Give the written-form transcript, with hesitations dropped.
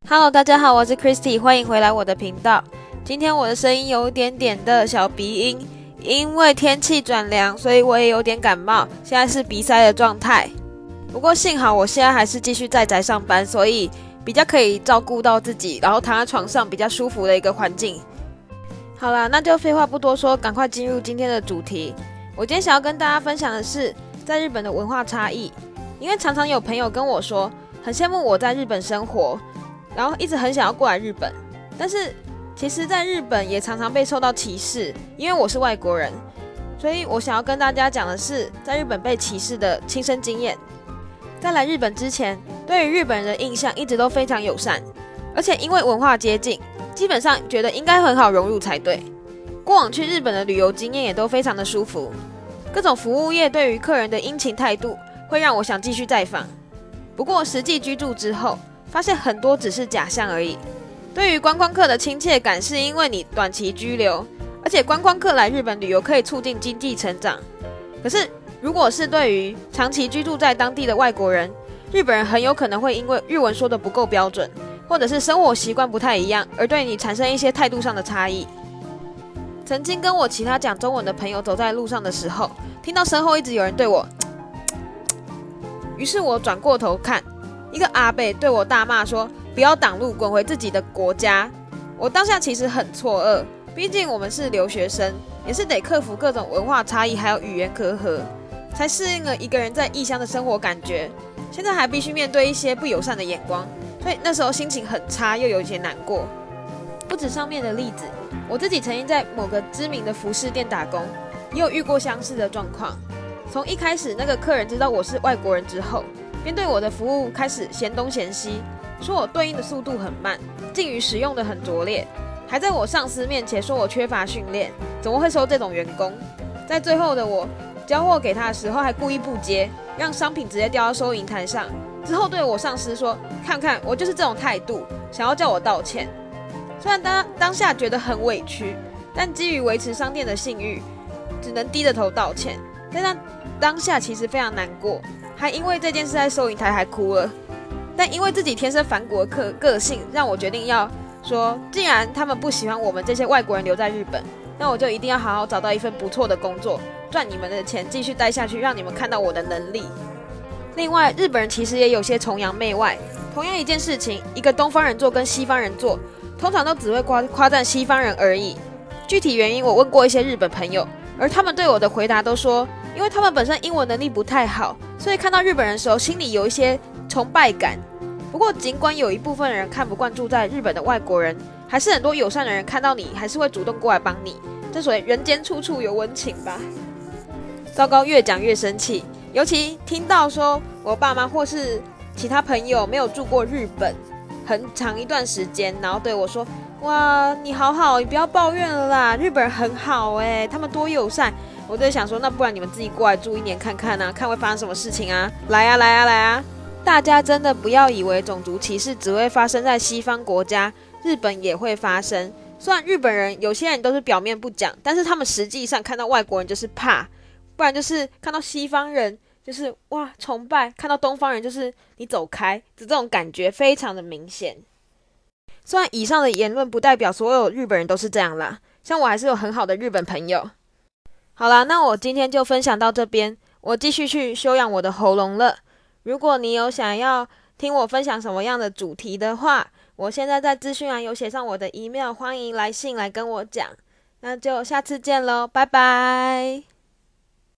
Hello， 大家好，我是 Christy， 欢迎回来我的频道。今天我的声音有点点的小鼻音，因为天气转凉，所以我也有点感冒，现在是鼻塞的状态。不过幸好我现在还是继续在宅上班，所以比较可以照顾到自己，然后躺在床上比较舒服的一个环境。好啦，那就废话不多说，赶快进入今天的主题。我今天想要跟大家分享的是在日本的文化差异，因为常常有朋友跟我说，很羡慕我在日本生活，然后一直很想要过来日本，但是其实在日本也常常被受到歧视，因为我是外国人，所以我想要跟大家讲的是在日本被歧视的亲身经验。在来日本之前，对于日本人的印象一直都非常友善，而且因为文化接近，基本上觉得应该很好融入才对。过往去日本的旅游经验也都非常的舒服，各种服务业对于客人的殷勤态度会让我想继续再访。不过实际居住之后，发现很多只是假象而已。对于观光客的亲切感是因为你短期居留，而且观光客来日本旅游可以促进经济成长。可是如果是对于长期居住在当地的外国人，日本人很有可能会因为日文说的不够标准，或者是生活习惯不太一样，而对你产生一些态度上的差异。曾经跟我其他讲中文的朋友走在路上的时候，听到身后一直有人对我于是我转过头看，一个阿伯对我大骂说，不要挡路，滚回自己的国家。我当下其实很错愕，毕竟我们是留学生，也是得克服各种文化差异还有语言隔阂，才适应了一个人在异乡的生活感觉，现在还必须面对一些不友善的眼光，所以那时候心情很差，又有一些难过。不止上面的例子，我自己曾经在某个知名的服饰店打工，也有遇过相似的状况。从一开始那个客人知道我是外国人之后，便对我的服务开始嫌东嫌西，说我对应的速度很慢，敬语使用的很拙劣，还在我上司面前说我缺乏训练，怎么会收这种员工。在最后的我交货给他的时候，还故意不接，让商品直接掉到收银台上，之后对我上司说，看看我就是这种态度，想要叫我道歉。虽然当下觉得很委屈，但基于维持商店的信誉，只能低着头道歉。但当下其实非常难过，还因为这件事在收银台还哭了。但因为自己天生反骨的个性，让我决定要说，既然他们不喜欢我们这些外国人留在日本，那我就一定要好好找到一份不错的工作，赚你们的钱，继续待下去，让你们看到我的能力。另外，日本人其实也有些崇洋媚外，同样一件事情，一个东方人做跟西方人做，通常都只会夸赞西方人而已。具体原因我问过一些日本朋友，而他们对我的回答都说，因为他们本身英文能力不太好，所以看到日本人的时候心里有一些崇拜感。不过尽管有一部分人看不惯住在日本的外国人，还是很多友善的人看到你还是会主动过来帮你，这所谓人间处处有温情吧。糟糕，越讲越生气，尤其听到说我爸妈或是其他朋友没有住过日本很长一段时间，然后对我说，哇，你好好，你不要抱怨了啦，日本人很好欸，他们多友善。我就想说，那不然你们自己过来住1年看看啊，看会发生什么事情啊，来啊来啊来啊。大家真的不要以为种族歧视只会发生在西方国家，日本也会发生。虽然日本人有些人都是表面不讲，但是他们实际上看到外国人就是怕，不然就是看到西方人就是哇崇拜，看到东方人就是你走开，这种感觉非常的明显。虽然以上的言论不代表所有日本人都是这样啦，像我还是有很好的日本朋友。好啦，那我今天就分享到这边，我继续去休养我的喉咙了。如果你有想要听我分享什么样的主题的话，我现在在资讯栏有写上我的 email， 欢迎来信来跟我讲。那就下次见咯，拜拜。